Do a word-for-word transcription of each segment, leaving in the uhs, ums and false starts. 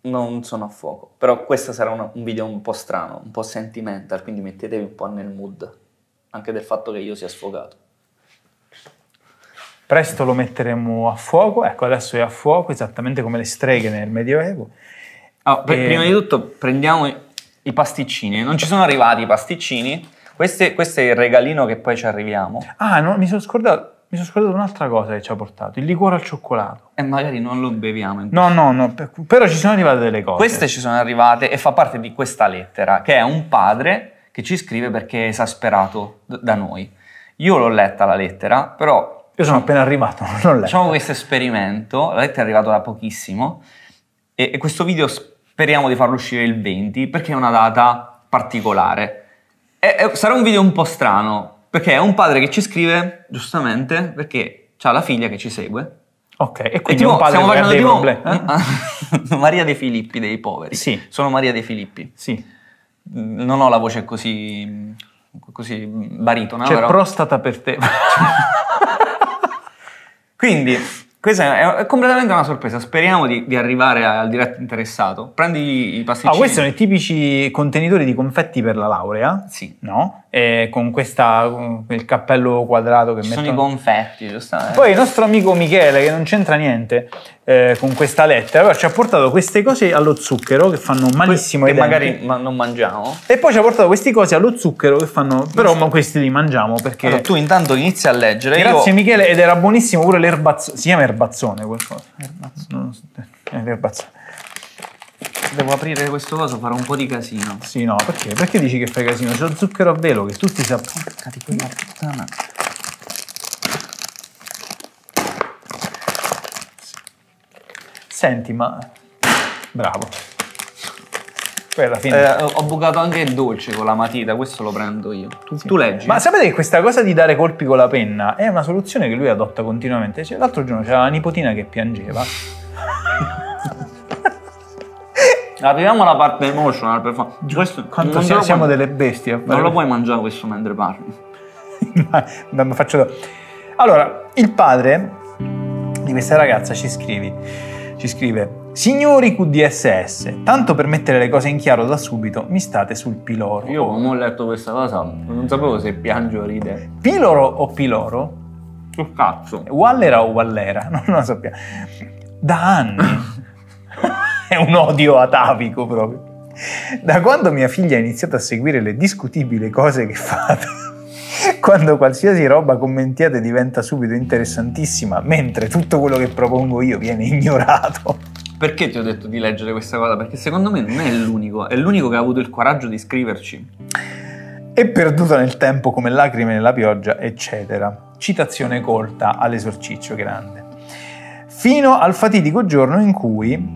non sono a fuoco. Però questo sarà una, un video un po' strano, un po' sentimental, quindi mettetevi un po' nel mood, anche del fatto che io sia sfogato. Presto lo metteremo a fuoco, ecco adesso è a fuoco, esattamente come le streghe nel Medioevo. Oh, e... Prima di tutto prendiamo i, i pasticcini, non ci sono arrivati i pasticcini, Queste, questo è il regalino che poi ci arriviamo. Ah, no, mi sono scordato. Mi sono scordato un'altra cosa che ci ha portato, il liquore al cioccolato. E magari non lo beviamo. In no, no, no, però ci sono arrivate delle cose. Queste ci sono arrivate e fa parte di questa lettera, che è un padre che ci scrive perché è esasperato da noi. Io l'ho letta la lettera, però... Io sono appena arrivato, non l'ho letta. Facciamo questo esperimento, la lettera è arrivata da pochissimo, e, e questo video speriamo di farlo uscire il venti, perché è una data particolare. E, e, sarà un video un po' strano, perché è un padre che ci scrive, giustamente, perché ha la figlia che ci segue. Ok, e quindi e tipo, un padre stiamo che ha dei tipo, problemi. Eh? Maria De Filippi dei poveri. Sì. Sono Maria De Filippi. Sì. Non ho la voce così, così baritona. C'è però... prostata per te. Quindi, questa è completamente una sorpresa. Speriamo di, di arrivare al diretto interessato. Prendi i pasticcini. Ah, questi sono i tipici contenitori di confetti per la laurea. Sì. No? E con questa, con il cappello quadrato che Ci mettono... sono i confetti, giustamente. Poi il nostro amico Michele, che non c'entra niente eh, con questa lettera, però ci ha portato queste cose allo zucchero che fanno malissimo ai che denti. magari ma non mangiamo. E poi ci ha portato queste cose allo zucchero che fanno... Però ma questi li mangiamo perché... Allora, tu intanto inizi a leggere. Grazie io... Michele, ed era buonissimo pure l'erbazzone. Si chiama erbazzone qualcosa? Erbazzone. Non so. È l'erbazzone. Devo aprire questo coso, farò un po' di casino. Sì, no, perché? Perché dici che fai casino? C'è lo zucchero a velo che tutti sappiamo. Porca di quella puttana. Senti, ma... Bravo. Poi alla fine... Eh, ho bucato anche il dolce con la matita, questo lo prendo io. Tu, Sì. tu leggi? Ma sapete che questa cosa di dare colpi con la penna è una soluzione che lui adotta continuamente? Cioè, l'altro giorno c'era la nipotina che piangeva. Arriviamo alla parte emotional per fa... questo Quanto non siamo, lo siamo puoi... delle bestie. A fare... Non lo puoi mangiare questo mentre parli. ma, ma faccio do... Allora, il padre di questa ragazza ci scrive, ci scrive: signori Q D S S, tanto per mettere le cose in chiaro da subito, mi state sul piloro. Io quando ho letto questa cosa non sapevo se piange o ride. Piloro o piloro? Che cazzo? Wallera o Wallera? Non lo sappiamo. Da anni. È un odio atavico proprio. Da quando mia figlia ha iniziato a seguire le discutibili cose che fate, quando qualsiasi roba commentiate diventa subito interessantissima, mentre tutto quello che propongo io viene ignorato. Perché ti ho detto di leggere questa cosa? Perché secondo me non è l'unico, è l'unico che ha avuto il coraggio di scriverci. È perduta nel tempo come lacrime nella pioggia, eccetera. Citazione colta all'esorciccio grande. Fino al fatidico giorno in cui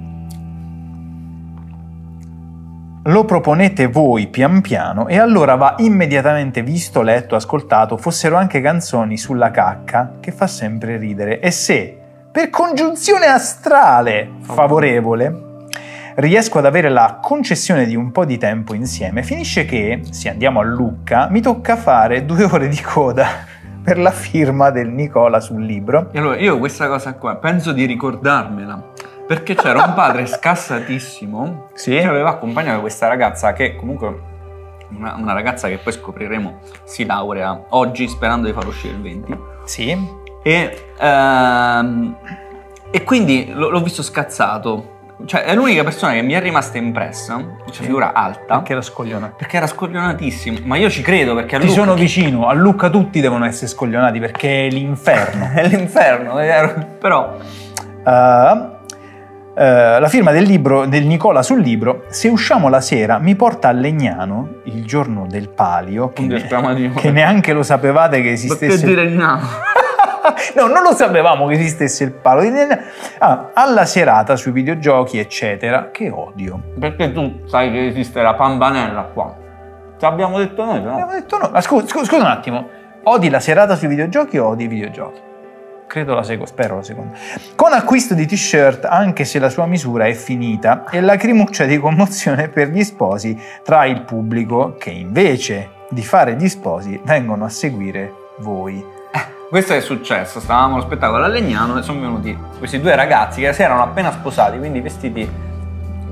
lo proponete voi pian piano e allora va immediatamente visto, letto, ascoltato, fossero anche canzoni sulla cacca, che fa sempre ridere. E se, per congiunzione astrale favorevole, riesco ad avere la concessione di un po' di tempo insieme, finisce che, se andiamo a Lucca, mi tocca fare due ore di coda per la firma del Nicola sul libro. E allora io questa cosa qua penso di ricordarmela. Perché c'era un padre scassatissimo sì? che aveva accompagnato questa ragazza che comunque una, una ragazza che poi scopriremo si laurea oggi sperando di far uscire il venti. Sì. E, ehm, e quindi l- l'ho visto scazzato. Cioè è l'unica persona che mi è rimasta impressa, cioè sì. figura alta. Perché era scoglionato. Perché era scoglionatissimo. Ma io ci credo perché a Ti Lucca... sono vicino, a Lucca tutti devono essere scoglionati perché è l'inferno. È l'inferno, è vero. Però... Uh, Uh, la firma del libro del Nicola sul libro: se usciamo la sera mi porta a Legnano il giorno del Palio, che, ne, che neanche lo sapevate che esistesse. Perché di Legnano? No, non lo sapevamo che esistesse il Palio di Legnano. Ah, alla serata sui videogiochi eccetera. Che odio. Perché tu sai che esiste la Pambanella qua. Ci abbiamo detto noi, no? Abbiamo detto no. Ma scusa, scusa, scusa un attimo, odi la serata sui videogiochi o odi i videogiochi? Credo la seconda, spero la seconda. Con acquisto di t-shirt, anche se la sua misura è finita, e lacrimuccia di commozione per gli sposi tra il pubblico, che invece di fare gli sposi vengono a seguire voi. Eh, questo è successo, stavamo allo spettacolo a Legnano e sono venuti questi due ragazzi che si erano appena sposati, quindi vestiti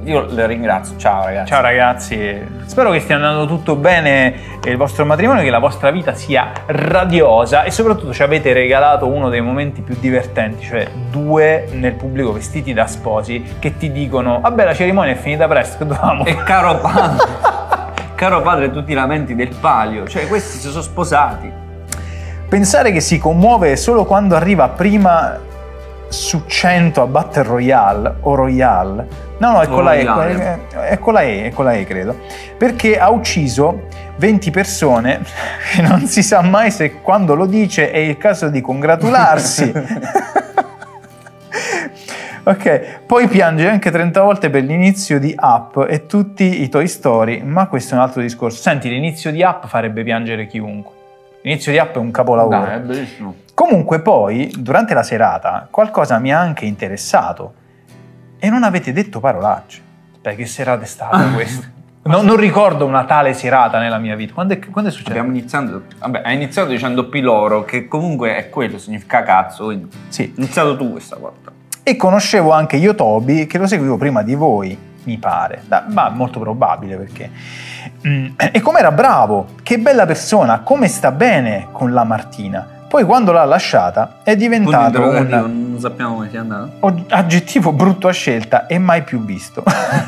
io le ringrazio, ciao ragazzi. Ciao ragazzi, spero che stia andando tutto bene il vostro matrimonio, che la vostra vita sia radiosa e soprattutto ci avete regalato uno dei momenti più divertenti, cioè due nel pubblico vestiti da sposi che ti dicono vabbè la cerimonia è finita presto, che dovevamo... E caro padre, caro padre tu ti lamenti del palio, cioè questi si sono sposati. Pensare che si commuove solo quando arriva prima su cento a Battle Royale o Royale, no no è con, la e, è con la E, è con la E credo, perché ha ucciso venti persone e non si sa mai se quando lo dice è il caso di congratularsi. Ok, poi piange anche trenta volte per l'inizio di Up e tutti i Toy Story, ma questo è un altro discorso. Senti, l'inizio di Up farebbe piangere chiunque. L'inizio di Up è un capolavoro. Dai, è bellissimo. Comunque poi, durante la serata, qualcosa mi ha anche interessato e non avete detto parolacce. Beh, che serata è stata questa? No, non ricordo una tale serata nella mia vita. Quando è, quando è successo? Abbiamo iniziato, vabbè, hai iniziato dicendo piloro, che comunque è quello, significa cazzo, quindi sì. Hai iniziato tu questa volta. E conoscevo anche Yotobi, che lo seguivo prima di voi, mi pare. Ma molto probabile perché... Mm. E com'era bravo, che bella persona, come sta bene con la Martina. Poi quando l'ha lasciata è diventato un... non sappiamo come sia andato. Aggettivo brutto a scelta e mai più visto.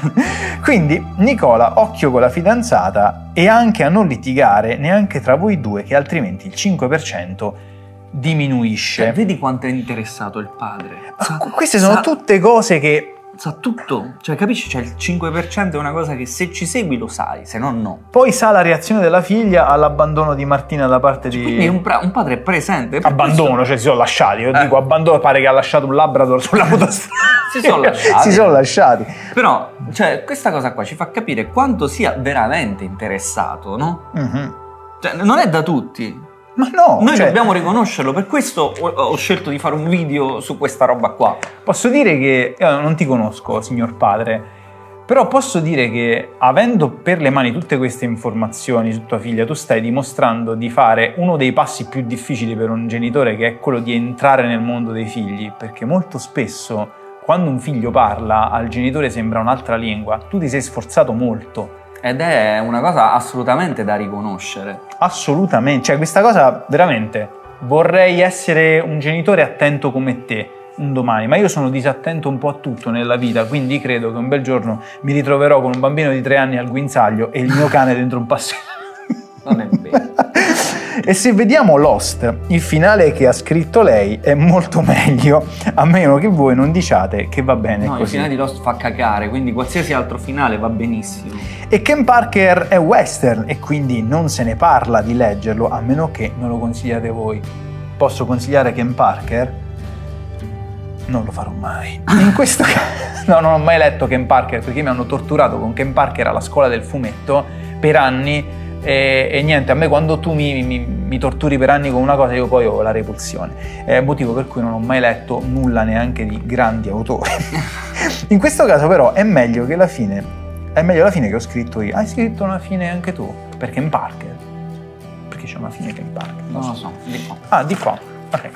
Quindi Nicola, occhio con la fidanzata e anche a non litigare neanche tra voi due, che altrimenti il cinque per cento diminuisce. Cioè, vedi quanto è interessato il padre. Sa, queste sono sa, tutte cose che... Sa tutto, cioè capisci? Cioè il cinque per cento è una cosa che se ci segui lo sai, se no no. Poi sa la reazione della figlia all'abbandono di Martina da parte di... Quindi un, un padre è presente. Abbandono, questo... cioè si sono lasciati, io eh. dico abbandono, pare che ha lasciato un Labrador sulla motostrada. si sono lasciati. si sono lasciati. Però, cioè, questa cosa qua ci fa capire quanto sia veramente interessato, no? Mm-hmm. Cioè, non è da tutti. Ma no! Noi cioè, dobbiamo riconoscerlo, per questo ho, ho scelto di fare un video su questa roba qua. Posso dire che, io non ti conosco, signor padre, però posso dire che avendo per le mani tutte queste informazioni su tua figlia, tu stai dimostrando di fare uno dei passi più difficili per un genitore, che è quello di entrare nel mondo dei figli, perché molto spesso quando un figlio parla al genitore sembra un'altra lingua, tu ti sei sforzato molto. Ed è una cosa assolutamente da riconoscere. Assolutamente, cioè questa cosa veramente, vorrei essere un genitore attento come te un domani, ma io sono disattento un po' a tutto nella vita, quindi credo che un bel giorno mi ritroverò con un bambino di tre anni al guinzaglio e il mio cane dentro un passaggio. Non è vero. E se vediamo Lost, il finale che ha scritto lei è molto meglio, a meno che voi non diciate che va bene no, così. Il finale di Lost fa cagare, quindi qualsiasi altro finale va benissimo. E Ken Parker è western e quindi non se ne parla di leggerlo, a meno che non lo consigliate voi. Posso consigliare Ken Parker? Non lo farò mai. In questo caso, no, non ho mai letto Ken Parker perché mi hanno torturato con Ken Parker alla scuola del fumetto per anni. E, e niente, a me quando tu mi, mi, mi torturi per anni con una cosa io poi ho la repulsione, è motivo per cui non ho mai letto nulla neanche di grandi autori. In questo caso però è meglio che la fine è meglio la fine che ho scritto io. Hai scritto una fine anche tu? Per Ken Parker? Perché c'è una fine Ken Parker? Non lo so, di qua. Ah, di qua, ok.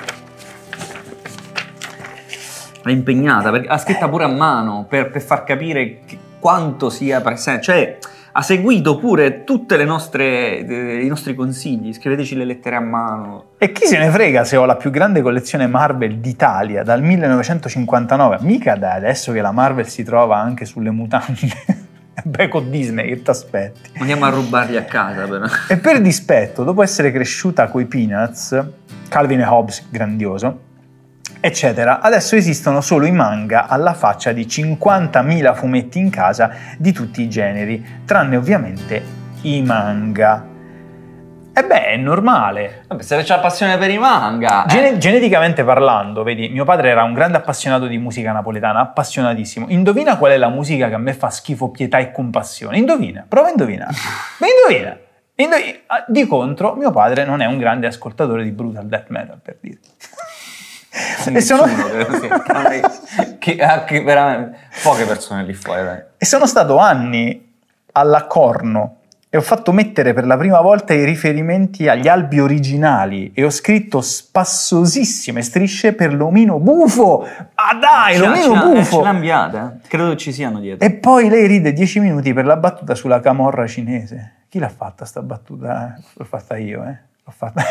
È impegnata, perché ha scritta pure a mano per, per far capire che, quanto sia presente, cioè ha seguito pure tutte le nostre eh, i nostri consigli, scriveteci le lettere a mano. E chi se ne frega se ho la più grande collezione Marvel d'Italia dal millenovecentocinquantanove, mica da adesso che la Marvel si trova anche sulle mutande. Beh, con Disney che ti aspetti? Andiamo a rubarli a casa però. E per dispetto, dopo essere cresciuta coi Peanuts, Calvin e Hobbes grandioso, eccetera, adesso esistono solo i manga alla faccia di cinquantamila fumetti in casa di tutti i generi, tranne ovviamente i manga. E beh, è normale. Vabbè, se c'è la passione per i manga. Gen- eh. Geneticamente parlando, vedi, mio padre era un grande appassionato di musica napoletana, appassionatissimo. Indovina qual è la musica che a me fa schifo, pietà e compassione? Indovina, prova a indovinare. Ma indovina. Indovina. Di contro, mio padre non è un grande ascoltatore di brutal death metal, per dire. E sono che, che veramente poche persone lì fuori, dai. E sono stato anni alla corno e ho fatto mettere per la prima volta i riferimenti agli albi originali e ho scritto spassosissime strisce per l'omino bufo. Ah dai, Ce- l'omino ce l'ha- bufo! Ce l'ha inviata, eh. Credo ci siano dietro. E poi lei ride dieci minuti per la battuta sulla camorra cinese. Chi l'ha fatta sta battuta? Eh? L'ho fatta io, eh? L'ho fatta...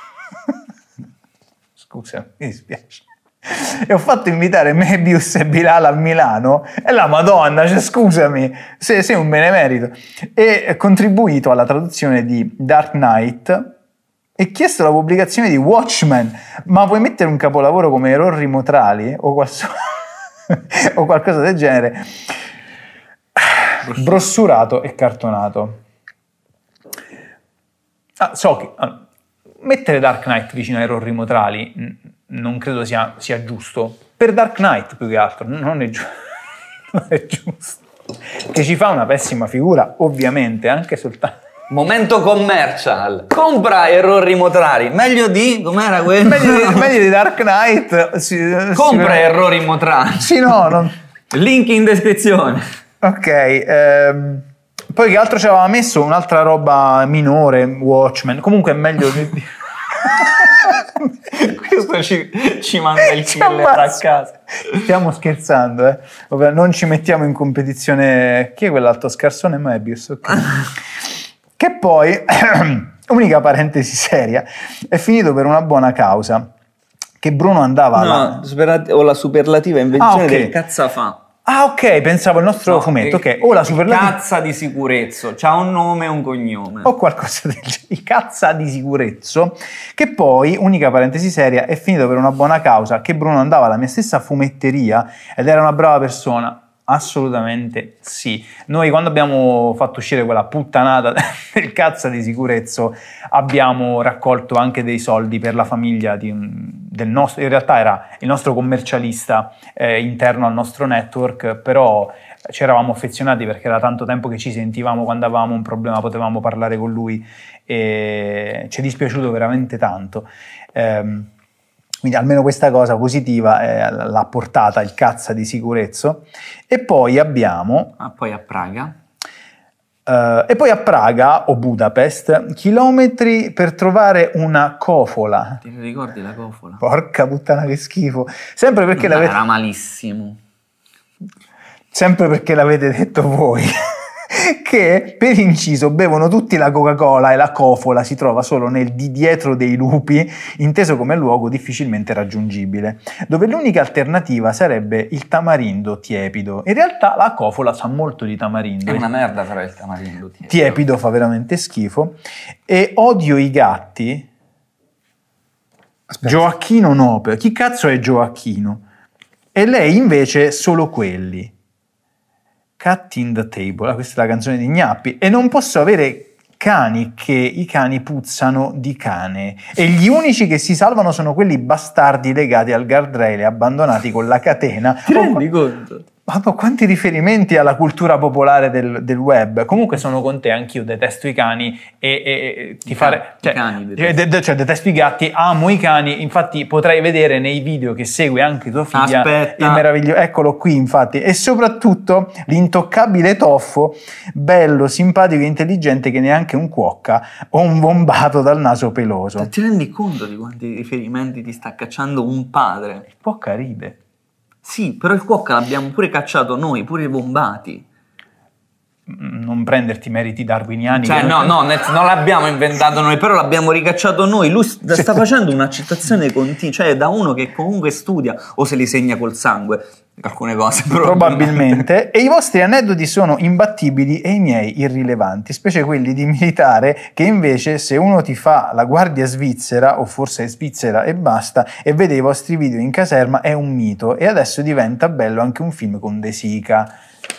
Scusa, mi dispiace. E ho fatto invitare Mebius e Bilal a Milano e la Madonna, cioè scusami, sei, sei un benemerito. E ho contribuito alla traduzione di Dark Knight e chiesto la pubblicazione di Watchmen. Ma puoi mettere un capolavoro come Errori Motrali o, quals- o qualcosa del genere? Brossurato e cartonato. Ah, so che ah, mettere Dark Knight vicino a Errori Motrali mh, non credo sia, sia giusto. Per Dark Knight più che altro, non è, giu- non è giusto. Che ci fa una pessima figura, ovviamente, anche soltanto... Momento commercial. Compra Errori Motrali. Meglio di... com'era quello? meglio, di, meglio di Dark Knight. Si, Compra si, Errori Motrali. Sì, no, non... Link in descrizione. Ok, ehm, poi che altro ci aveva messo? Un'altra roba minore, Watchmen. Comunque è meglio di... Questo ci, ci manda il Ci killer a ammazza. casa. Stiamo scherzando, eh. Vabbè, non ci mettiamo in competizione. Chi è quell'altro scarsone? Mebius, ok. Che poi, unica parentesi seria, è finito per una buona causa. Che Bruno andava alla... No, superlat- o la superlativa invenzione Ah, ok. del cazzafà. Ah, ok, pensavo il nostro No, fumetto, il- ok. O la superlativa... Cazza di sicurezza, c'ha un nome e un cognome. o qualcosa del genere, il cazza di sicurezza, che poi, unica parentesi seria, è finito per una buona causa, che Bruno andava alla mia stessa fumetteria ed era una brava persona. Assolutamente sì. Noi quando abbiamo fatto uscire quella puttanata del cazzo di sicurezza abbiamo raccolto anche dei soldi per la famiglia di un, del nostro, in realtà era il nostro commercialista eh, interno al nostro network, però ci eravamo affezionati perché era tanto tempo che ci sentivamo, quando avevamo un problema potevamo parlare con lui e ci è dispiaciuto veramente tanto. Ehm, Quindi almeno questa cosa positiva eh, l'ha portata il cazzo di sicurezza. E poi abbiamo... Ah, poi a Praga. eh, e poi a Praga o Budapest, chilometri per trovare una cofola. Ti ricordi la cofola? Porca puttana che schifo. Sempre perché, No, l'avete, era malissimo. sempre perché l'avete detto voi. Che per inciso bevono tutti la Coca-Cola e la cofola si trova solo nel di dietro dei lupi, inteso come luogo difficilmente raggiungibile, dove l'unica alternativa sarebbe il tamarindo tiepido. In realtà la cofola sa molto di tamarindo. È una merda però il tamarindo tiepido. Tiepido fa veramente schifo. E odio i gatti. Aspetta. Gioacchino Nope. Chi cazzo è Gioacchino? E lei invece solo quelli. Cat in the Table, questa è la canzone di Gnappi, e non posso avere cani che i cani puzzano di cane e gli unici che si salvano sono quelli bastardi legati al guardrail e abbandonati con la catena. Ti rendi conto? Mamma, quanti riferimenti alla cultura popolare del, del web. Comunque sono con te, anch'io detesto i cani e, e, e ti I fare... cani, Cioè, i cani cioè, de- de- cioè, detesto i gatti, amo i cani, infatti potrai vedere nei video che segue anche tua figlia Aspetta. il meraviglioso... Eccolo qui infatti, e soprattutto l'intoccabile Toffo, bello, simpatico e intelligente che neanche un cuocca o un bombato dal naso peloso. Ti rendi conto di quanti riferimenti ti sta cacciando un padre? Il cuocca ride. Sì, però il cuocca l'abbiamo pure cacciato noi, pure bombati. Non prenderti meriti darwiniani. Cioè, che no, non- no, nel- non l'abbiamo inventato noi, però l'abbiamo ricacciato noi. Lui sta sta facendo un'accettazione continua, cioè da uno che comunque studia o se li segna col sangue, alcune cose. Probabilmente. E i vostri aneddoti sono imbattibili e i miei irrilevanti, specie quelli di militare che invece se uno ti fa la guardia svizzera, o forse è svizzera e basta, e vede i vostri video in caserma è un mito e adesso diventa bello anche un film con De Sica.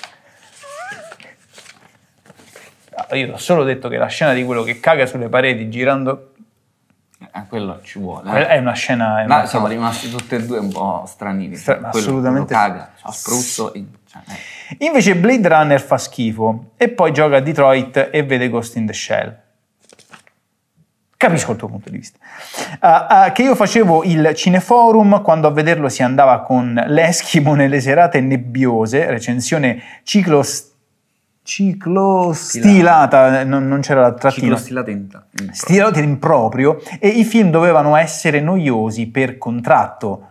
Io ho solo detto che la scena di quello che caga sulle pareti girando Eh, quello ci vuole. eh. è una scena... È Ma una siamo cosa- rimasti tutti e due un po' stranini. Stra- Cioè, quello- assolutamente quello caga, c'ha spruzzo. in- cioè, eh. Invece Blade Runner fa schifo e poi gioca a Detroit e vede Ghost in the Shell. Capisco il tuo punto di vista. Uh, uh, che io facevo il cineforum, quando a vederlo si andava con l'Eschimo nelle serate nebbiose, recensione ciclos- ciclostilata, non, non c'era la trattina. Ciclostilata in, in stilata in proprio, e i film dovevano essere noiosi per contratto.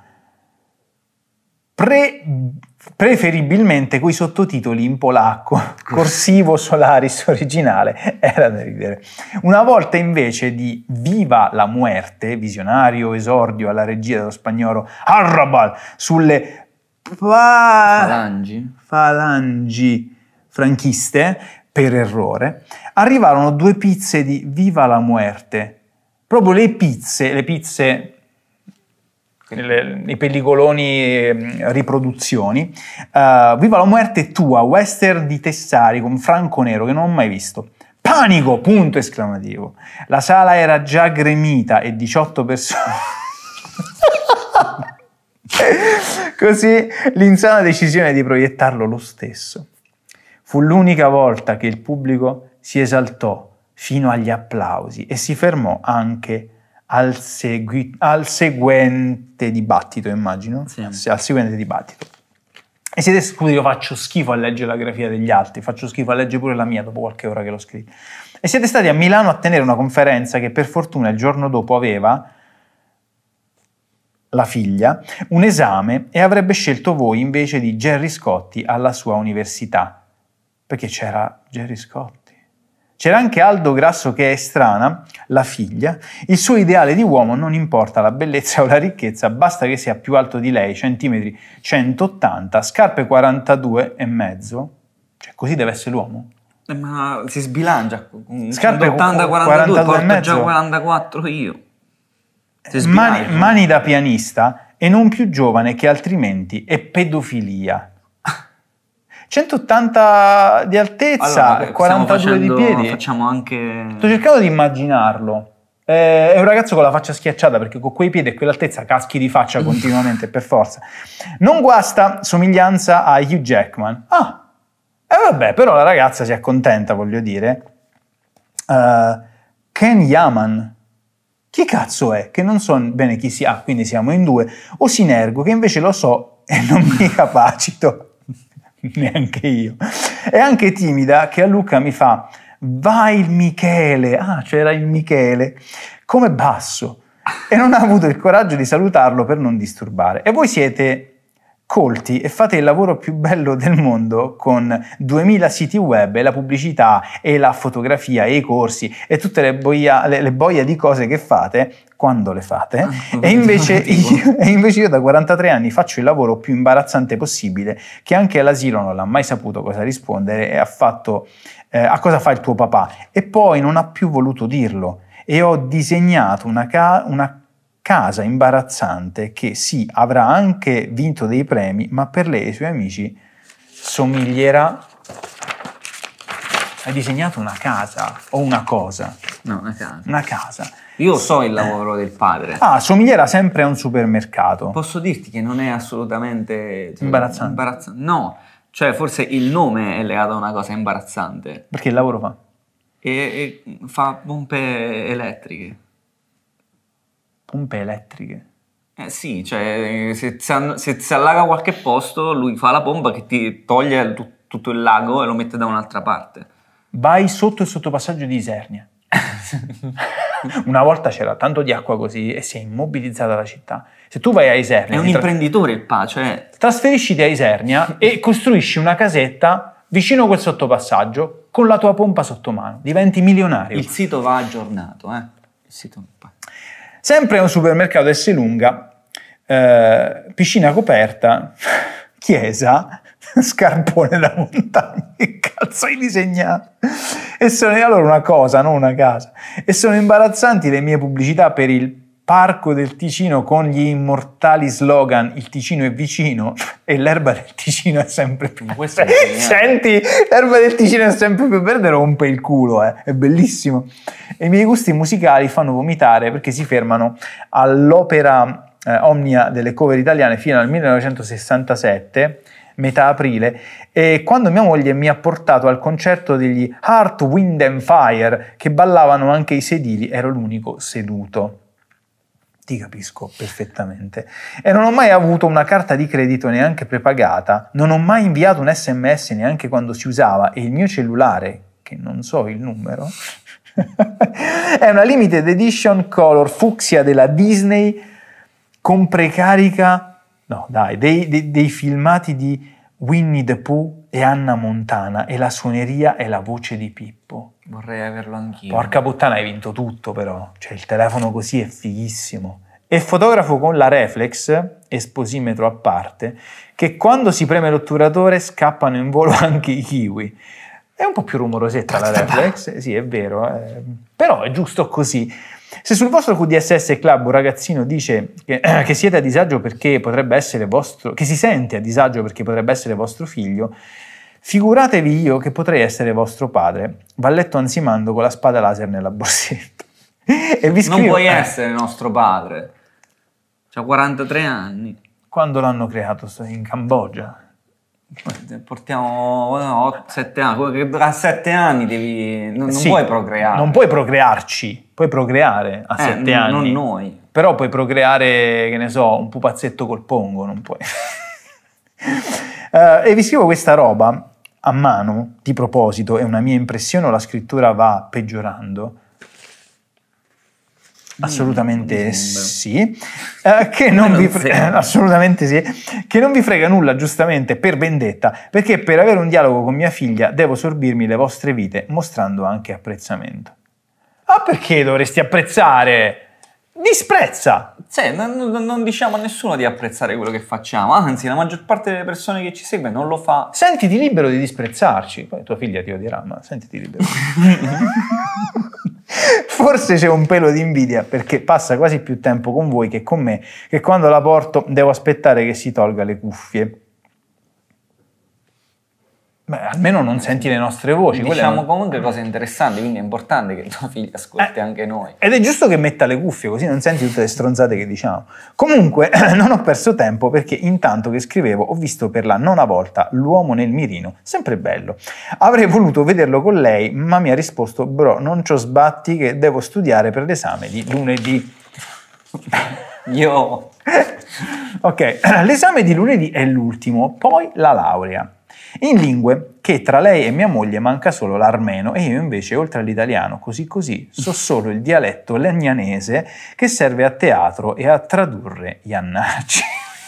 Pre, preferibilmente coi sottotitoli in polacco, corsivo Solaris originale, era da ridere. Una volta invece di Viva la muerte, visionario esordio alla regia dello spagnolo Arrabal sulle pa- falangi. falangi franchiste, per errore, arrivarono due pizze di Viva la muerte. Proprio le pizze, le pizze... Le, i pellicoloni eh, riproduzioni. uh, Viva la muerte tua, western di Tessari con Franco Nero che non ho mai visto. Panico, punto esclamativo. La sala era già gremita e diciotto persone. Così l'insana decisione di proiettarlo lo stesso. Fu l'unica volta che il pubblico si esaltò fino agli applausi e si fermò anche Al, segui- al seguente dibattito, immagino. Sì. Al seguente dibattito. E siete scusi, io faccio schifo a leggere la grafia degli altri, faccio schifo a leggere pure la mia dopo qualche ora che l'ho scritta. E siete stati a Milano a tenere una conferenza che per fortuna il giorno dopo aveva la figlia un esame e avrebbe scelto voi invece di Gerry Scotti alla sua università. Perché c'era Gerry Scotti. C'era anche Aldo Grasso che è strana, la figlia. Il suo ideale di uomo non importa la bellezza o la ricchezza, basta che sia più alto di lei, centimetri centottanta, scarpe quarantadue e mezzo. Cioè, così deve essere l'uomo. Eh, ma si sbilancia. Scarpe ottanta quarantadue, porto già quarantaquattro io. Mani, mani da pianista e non più giovane che altrimenti è pedofilia. centottanta di altezza, allora, quarantadue facendo, di piedi. Facciamo anche... Sto cercando di immaginarlo. Eh, è un ragazzo con la faccia schiacciata perché con quei piedi e quell'altezza caschi di faccia continuamente, per forza. Non guasta somiglianza a Hugh Jackman. Ah, e eh vabbè, però la ragazza si accontenta, voglio dire. Uh, Ken Yaman. Chi cazzo è? Che non so bene chi sia, ah, quindi siamo in due. O Sinergo, che invece lo so e non mi capacito. Neanche io. È anche timida che a Lucca mi fa vai il Michele, ah c'era il Michele, come basso, e non ha avuto il coraggio di salutarlo per non disturbare. E voi siete colti e fate il lavoro più bello del mondo con duemila siti web e la pubblicità e la fotografia e i corsi e tutte le boia, le, le boia di cose che fate quando le fate, e invece, io, e invece io da quarantatré anni faccio il lavoro più imbarazzante possibile, che anche all'asilo non l'ha mai saputo cosa rispondere e ha fatto eh, a cosa fa il tuo papà, e poi non ha più voluto dirlo, e ho disegnato una, ca- una casa imbarazzante che sì, avrà anche vinto dei premi, ma per lei e i suoi amici somiglierà... Hai disegnato una casa o una cosa? No, una casa. Una casa. Io so il lavoro del padre. Ah, somiglierà sempre a un supermercato. Posso dirti che non è assolutamente... Cioè, imbarazzante. imbarazzante. No, cioè forse il nome è legato a una cosa imbarazzante. Perché il lavoro fa? E, e fa pompe elettriche. Pompe elettriche? Eh sì, cioè se, se si allaga qualche posto, lui fa la pompa che ti toglie t- tutto il lago e lo mette da un'altra parte. Vai sotto il sottopassaggio di Isernia. Una volta c'era tanto di acqua così e si è immobilizzata la città. Se tu vai a Isernia... È un imprenditore il pa, cioè... Trasferisciti a Isernia e costruisci una casetta vicino a quel sottopassaggio con la tua pompa sotto mano. Diventi milionario. Il sito va aggiornato, eh. Il sito... Sempre a un supermercato Esselunga, eh, piscina coperta, chiesa, scarpone da montagna. Che cazzo hai disegnato? E sono allora una cosa, non una casa. E sono imbarazzanti le mie pubblicità per il Parco del Ticino con gli immortali slogan il Ticino è vicino e l'erba del Ticino è sempre più verde. Senti, l'erba del Ticino è sempre più verde, rompe il culo, eh. È bellissimo. E i miei gusti musicali fanno vomitare perché si fermano all'opera eh, Omnia delle cover italiane fino al millenovecentosessantasette, metà aprile, e quando mia moglie mi ha portato al concerto degli Heart, Wind and Fire che ballavano anche i sedili, ero l'unico seduto. Ti capisco perfettamente. E non ho mai avuto una carta di credito neanche prepagata, non ho mai inviato un sms neanche quando si usava e il mio cellulare, che non so il numero, è una limited edition color fucsia della Disney con precarica, no dai, dei, dei, dei filmati di Winnie the Pooh e Anna Montana e la suoneria e la voce di Pippo. Vorrei averlo anch'io. Porca puttana, hai vinto tutto però, cioè il telefono così è fighissimo. E fotografo con la reflex, esposimetro a parte, che quando si preme l'otturatore scappano in volo anche i kiwi. È un po' più rumorosetta la reflex, sì è vero, eh, però è giusto così. Se sul vostro Q D S S Club un ragazzino dice che, eh, che siete a disagio perché potrebbe essere vostro, che si sente a disagio perché potrebbe essere vostro figlio, figuratevi io che potrei essere vostro padre. Va a letto ansimando con la spada laser nella borsetta. E vi scrivo, non puoi eh, essere nostro padre. C'ha quarantatré anni. Quando l'hanno creato in Cambogia? Portiamo no, sette anni. A sette anni devi. Non, non sì, puoi procreare. Non puoi procrearci, puoi procreare a eh, sette n- anni. Non noi. Però puoi procreare, che ne so, un pupazzetto col pongo, non puoi. uh, e vi scrivo questa roba a mano, di proposito, è una mia impressione o la scrittura va peggiorando? Assolutamente mm, sì, uh, che non, non vi fre- assolutamente sì, che non vi frega nulla giustamente per vendetta, perché per avere un dialogo con mia figlia devo sorbirmi le vostre vite mostrando anche apprezzamento. Ah, perché dovresti apprezzare? Disprezza! Sì, non, non diciamo a nessuno di apprezzare quello che facciamo, anzi la maggior parte delle persone che ci segue non lo fa. Sentiti libero di disprezzarci, poi tua figlia ti odierà, ma sentiti libero. Forse c'è un pelo di invidia perché passa quasi più tempo con voi che con me, che quando la porto devo aspettare che si tolga le cuffie. Beh, almeno non senti le nostre voci. Diciamo non... comunque cose interessanti, quindi è importante che tua figlia ascolti eh, anche noi. Ed è giusto che metta le cuffie, così non senti tutte le stronzate che diciamo. Comunque, non ho perso tempo perché intanto che scrivevo ho visto per la nona volta L'uomo nel mirino, sempre bello. Avrei voluto vederlo con lei, ma mi ha risposto, bro, non c'ho sbatti che devo studiare per l'esame di lunedì. Io... Ok, l'esame di lunedì è l'ultimo, poi la laurea. In lingue che tra lei e mia moglie manca solo l'armeno e io invece oltre all'italiano così così so solo il dialetto legnanese che serve a teatro e a tradurre Iannacci.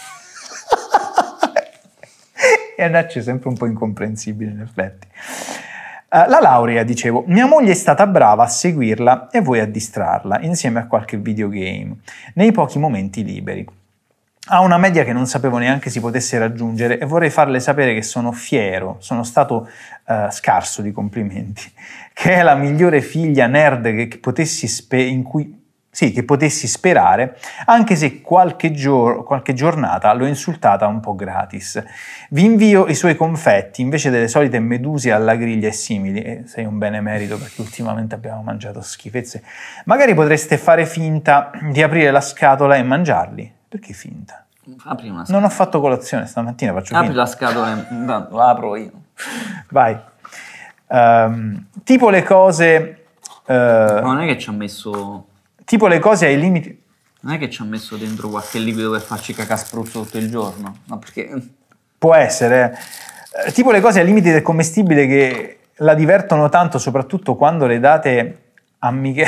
Iannacci è sempre un po' incomprensibile in effetti. Uh, la laurea, dicevo, mia moglie è stata brava a seguirla e voi a distrarla insieme a qualche videogame nei pochi momenti liberi. Ha una media che non sapevo neanche si potesse raggiungere e vorrei farle sapere che sono fiero, sono stato uh, scarso di complimenti, che è la migliore figlia nerd che, che, potessi, spe- in cui, sì, che potessi sperare, anche se qualche, gior- qualche giornata l'ho insultata un po' gratis. Vi invio i suoi confetti invece delle solite meduse alla griglia e simili, e sei un benemerito perché ultimamente abbiamo mangiato schifezze. Magari potreste fare finta di aprire la scatola e mangiarli. Perché finta? Apri una scatola. Non ho fatto colazione stamattina, faccio Apri finta. la scatola e la apro io. Vai. Um, tipo le cose... Uh, non è che ci ha messo... Tipo le cose ai limiti... Non è che ci ha messo dentro qualche liquido per farci cacà spruzzo tutto il giorno? No, perché... Può essere. Eh, tipo le cose ai limiti del commestibile che la divertono tanto, soprattutto quando le date a Michele...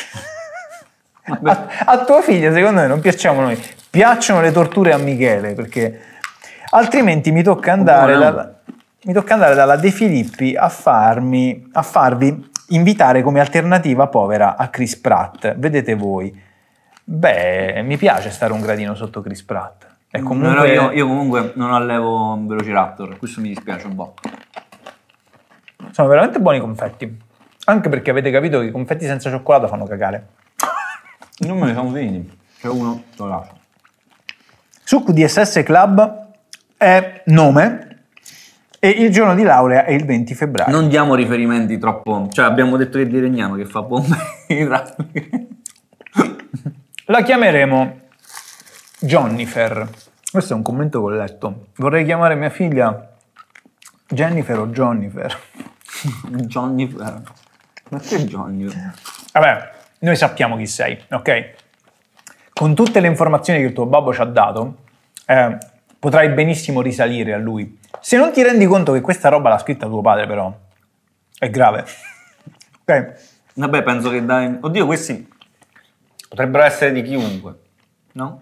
A, a tua figlia secondo me non piacciamo noi, piacciono le torture a Michele perché altrimenti mi tocca andare, no. dalla, mi tocca andare dalla De Filippi a, farmi, a farvi invitare come alternativa povera a Chris Pratt, vedete voi. Beh, mi piace stare un gradino sotto Chris Pratt. E comunque... no, io, io comunque non allevo Velociraptor, questo mi dispiace un po'. Sono veramente buoni i confetti, anche perché avete capito che i confetti senza cioccolato fanno cagare. Non me ne sono finiti, c'è uno, lo lascio. Su Q D S S Club è nome e il giorno di laurea è il venti febbraio. Non diamo riferimenti troppo, cioè abbiamo detto che di Regnano che fa bombe idrauliche. La chiameremo Jonnifer. Questo è un commento che ho letto. Vorrei chiamare mia figlia Jennifer o Jonnifer. Jonnifer. Ma che Jonnifer? Vabbè. Noi sappiamo chi sei, ok? con tutte le informazioni che il tuo babbo ci ha dato, eh, potrai benissimo risalire a lui. Se non ti rendi conto che questa roba l'ha scritta tuo padre, però, è grave. Ok? Vabbè, penso che dai... Oddio, questi potrebbero essere di chiunque, no?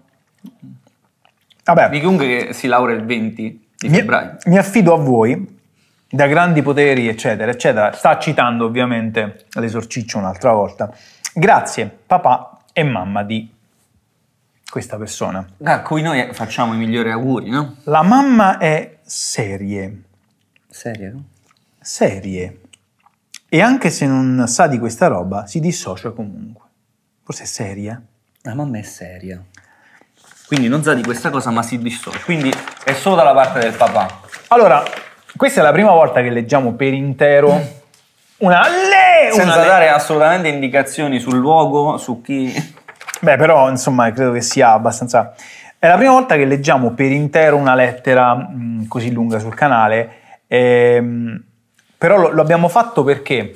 Vabbè, Di chiunque che si laurea il venti di mi, febbraio. mi affido a voi, da grandi poteri, eccetera, eccetera. Sta citando ovviamente l'esorciccio un'altra volta. Grazie, papà e mamma di questa persona. A cui noi facciamo i migliori auguri, no? La mamma è serie, Serio? serie. E anche se non sa di questa roba, si dissocia comunque. Forse è seria. La mamma è seria. Quindi non sa di questa cosa, ma si dissocia. Quindi è solo dalla parte del papà. Allora, questa è la prima volta che leggiamo per intero una le... Senza una le- dare assolutamente indicazioni sul luogo, su chi... Beh, però, insomma, credo che sia abbastanza... È la prima volta che leggiamo per intero una lettera mh, così lunga sul canale, ehm, però lo, lo abbiamo fatto perché,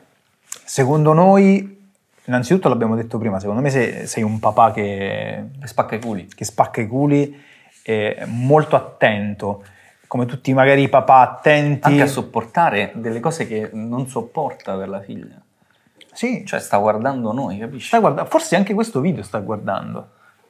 secondo noi, innanzitutto l'abbiamo detto prima, secondo me sei, sei un papà che, Spacca i culi. che spacca i culi, eh, molto attento, come tutti magari i papà attenti. Anche a sopportare delle cose che non sopporta per la figlia. Sì, Cioè sta guardando noi, capisci? sta guarda- forse anche questo video sta guardando.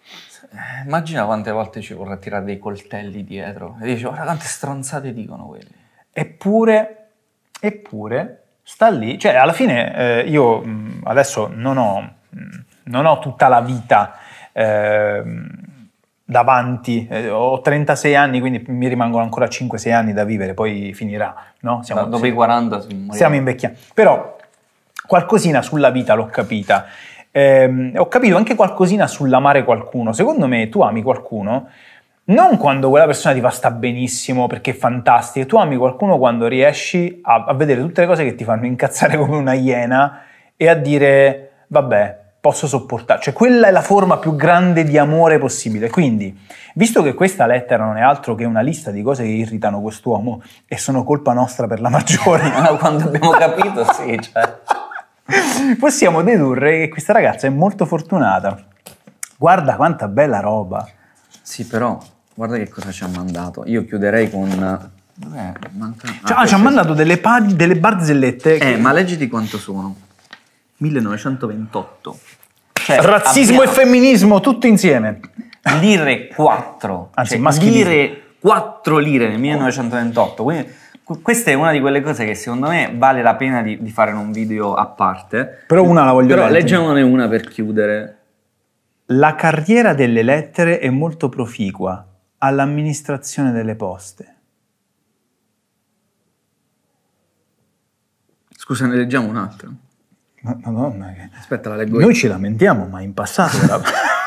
Eh, Immagina quante volte ci vorrà tirare dei coltelli dietro. E dici, guarda quante stronzate dicono quelli. Eppure, eppure, sta lì, cioè alla fine eh, io mh, adesso non ho, mh, non ho tutta la vita ehm, davanti, eh, ho trentasei anni, quindi mi rimangono ancora cinque sei anni da vivere, poi finirà, no? Siamo, Da- dopo i quaranta si morirà. stiamo invecchiando. Però qualcosina sulla vita l'ho capita. Ehm, ho capito anche qualcosina sull'amare qualcuno. Secondo me tu ami qualcuno non quando quella persona ti fa sta benissimo perché è fantastica, tu ami qualcuno quando riesci a, a vedere tutte le cose che ti fanno incazzare come una iena e a dire vabbè, posso sopportare. Cioè quella è la forma più grande di amore possibile. Quindi, visto che questa lettera non è altro che una lista di cose che irritano quest'uomo e sono colpa nostra per la maggiore, Quando abbiamo capito, sì, cioè. possiamo dedurre che questa ragazza è molto fortunata. Guarda quanta bella roba. Sì, però, guarda che cosa ci ha mandato. Io chiuderei con... Dov'è? Manca... Cioè, ah, ah, ci ha questo è- mandato delle, pag- delle barzellette. Eh, che- ma leggiti quanto sono. millenovecentoventotto. Cioè, Razzismo abbiamo e femminismo, tutto insieme. lire quattro. Anzi, cioè, maschilismo. lire, quattro lire nel millenovecentoventotto. Quindi qu- questa è una di quelle cose che secondo me vale la pena di, di fare in un video a parte. Però una la voglio Però leggere. leggiamone una per chiudere. La carriera delle lettere è molto proficua all'amministrazione delle poste. Scusa, ne leggiamo un'altra. Ma madonna, che... Aspetta, la leggo io. Noi ci lamentiamo, ma in passato era...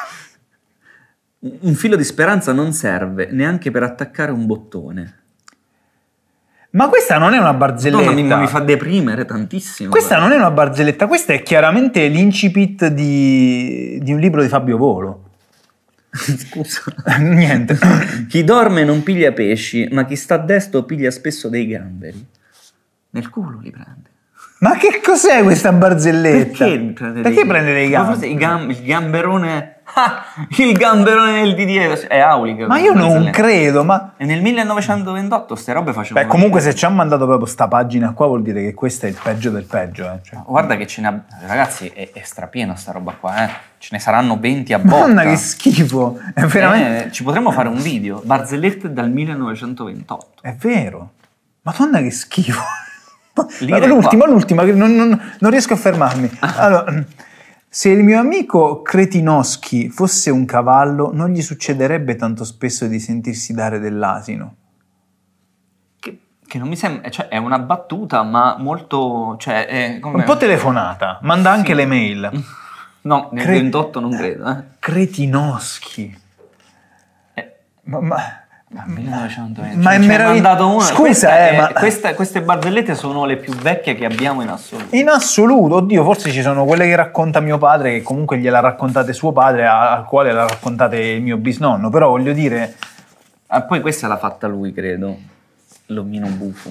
Un filo di speranza non serve neanche per attaccare un bottone. Ma questa non è una barzelletta. Madonna, mi, ma mi fa deprimere tantissimo. Questa non è una barzelletta, questa è chiaramente l'incipit di, di un libro di Fabio Volo. Scusa. Niente. Chi dorme non piglia pesci, ma chi sta desto piglia spesso dei gamberi. Nel culo li prende. Ma che cos'è questa barzelletta? Perché prende Perché dei prende dei Ma gamberi? forse il, gam- il gamberone... Ah, il gamberone del di dietro. È aulica. Ma io non credo, ma... E nel millenovecentoventotto ste robe facevano... Beh, comunque se ci hanno mandato proprio sta pagina qua vuol dire che questo è il peggio del peggio. Eh. Cioè... Guarda che ce ne ha... Ragazzi, è, è strapiena sta roba qua, eh. Ce ne saranno venti a botta. Madonna, che schifo! È veramente... Eh, ci potremmo fare un video. Barzellette dal millenovecentoventotto. È vero. Madonna, che schifo! Lire L'ultima, qua. l'ultima, che non, non- non riesco a fermarmi. Allora, se il mio amico Kretinoschi fosse un cavallo, non gli succederebbe tanto spesso di sentirsi dare dell'asino. Che, che non mi sembra... Cioè, è una battuta, ma molto... Cioè, è come... Un po' telefonata, manda anche Sì. le mail. No, nel Cre- ventotto non credo, eh. Kretinoschi. Eh, Ma, ma- millenovecentoventi. Ma è Ce ne meravigli- mandato una. Scusa, Questa eh, è- ma- questa- queste barzellette sono le più vecchie che abbiamo in assoluto. in assoluto, oddio, forse ci sono quelle che racconta mio padre, che comunque gliela raccontate suo padre, a- al quale la raccontate il mio bisnonno, però voglio dire... Ah, poi questa l'ha fatta lui, credo. L'omino bufo.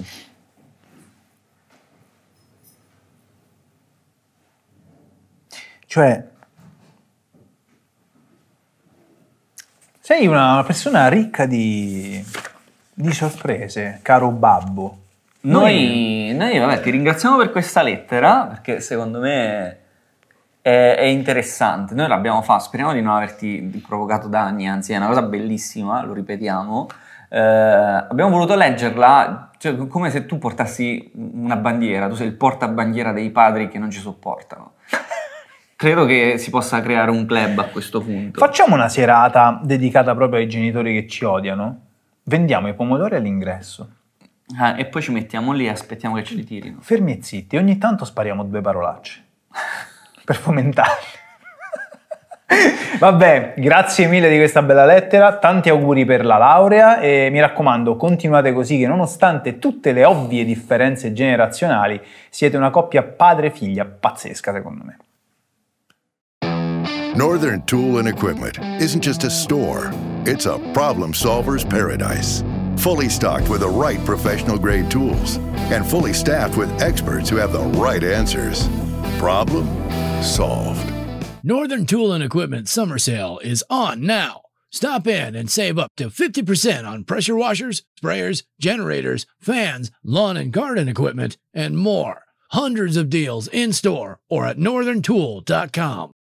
Cioè, Sei una persona ricca di, di sorprese, caro babbo. Noi, noi, vabbè, ti ringraziamo per questa lettera, perché secondo me è, è interessante. Noi l'abbiamo fatto, speriamo di non averti provocato danni, anzi è una cosa bellissima, lo ripetiamo. Eh, abbiamo voluto leggerla, cioè, come se tu portassi una bandiera, tu sei il portabandiera dei padri che non ci sopportano. Credo che si possa creare un club a questo punto. Facciamo una serata dedicata proprio ai genitori che ci odiano. Vendiamo i pomodori all'ingresso. Ah, e poi ci mettiamo lì e aspettiamo che ce li tirino. Fermi e zitti, ogni tanto spariamo due parolacce. Per fomentarli. Vabbè, grazie mille di questa bella lettera, tanti auguri per la laurea e mi raccomando, continuate così che nonostante tutte le ovvie differenze generazionali, siete una coppia padre-figlia pazzesca secondo me. Northern Tool and Equipment isn't just a store, it's a problem solver's paradise. Fully stocked with the right professional grade tools and fully staffed with experts who have the right answers. Problem solved. Northern Tool and Equipment summer sale is on now. Stop in and save up to fifty percent on pressure washers, sprayers, generators, fans, lawn and garden equipment, and more. Hundreds of deals in store or at northern tool dot com.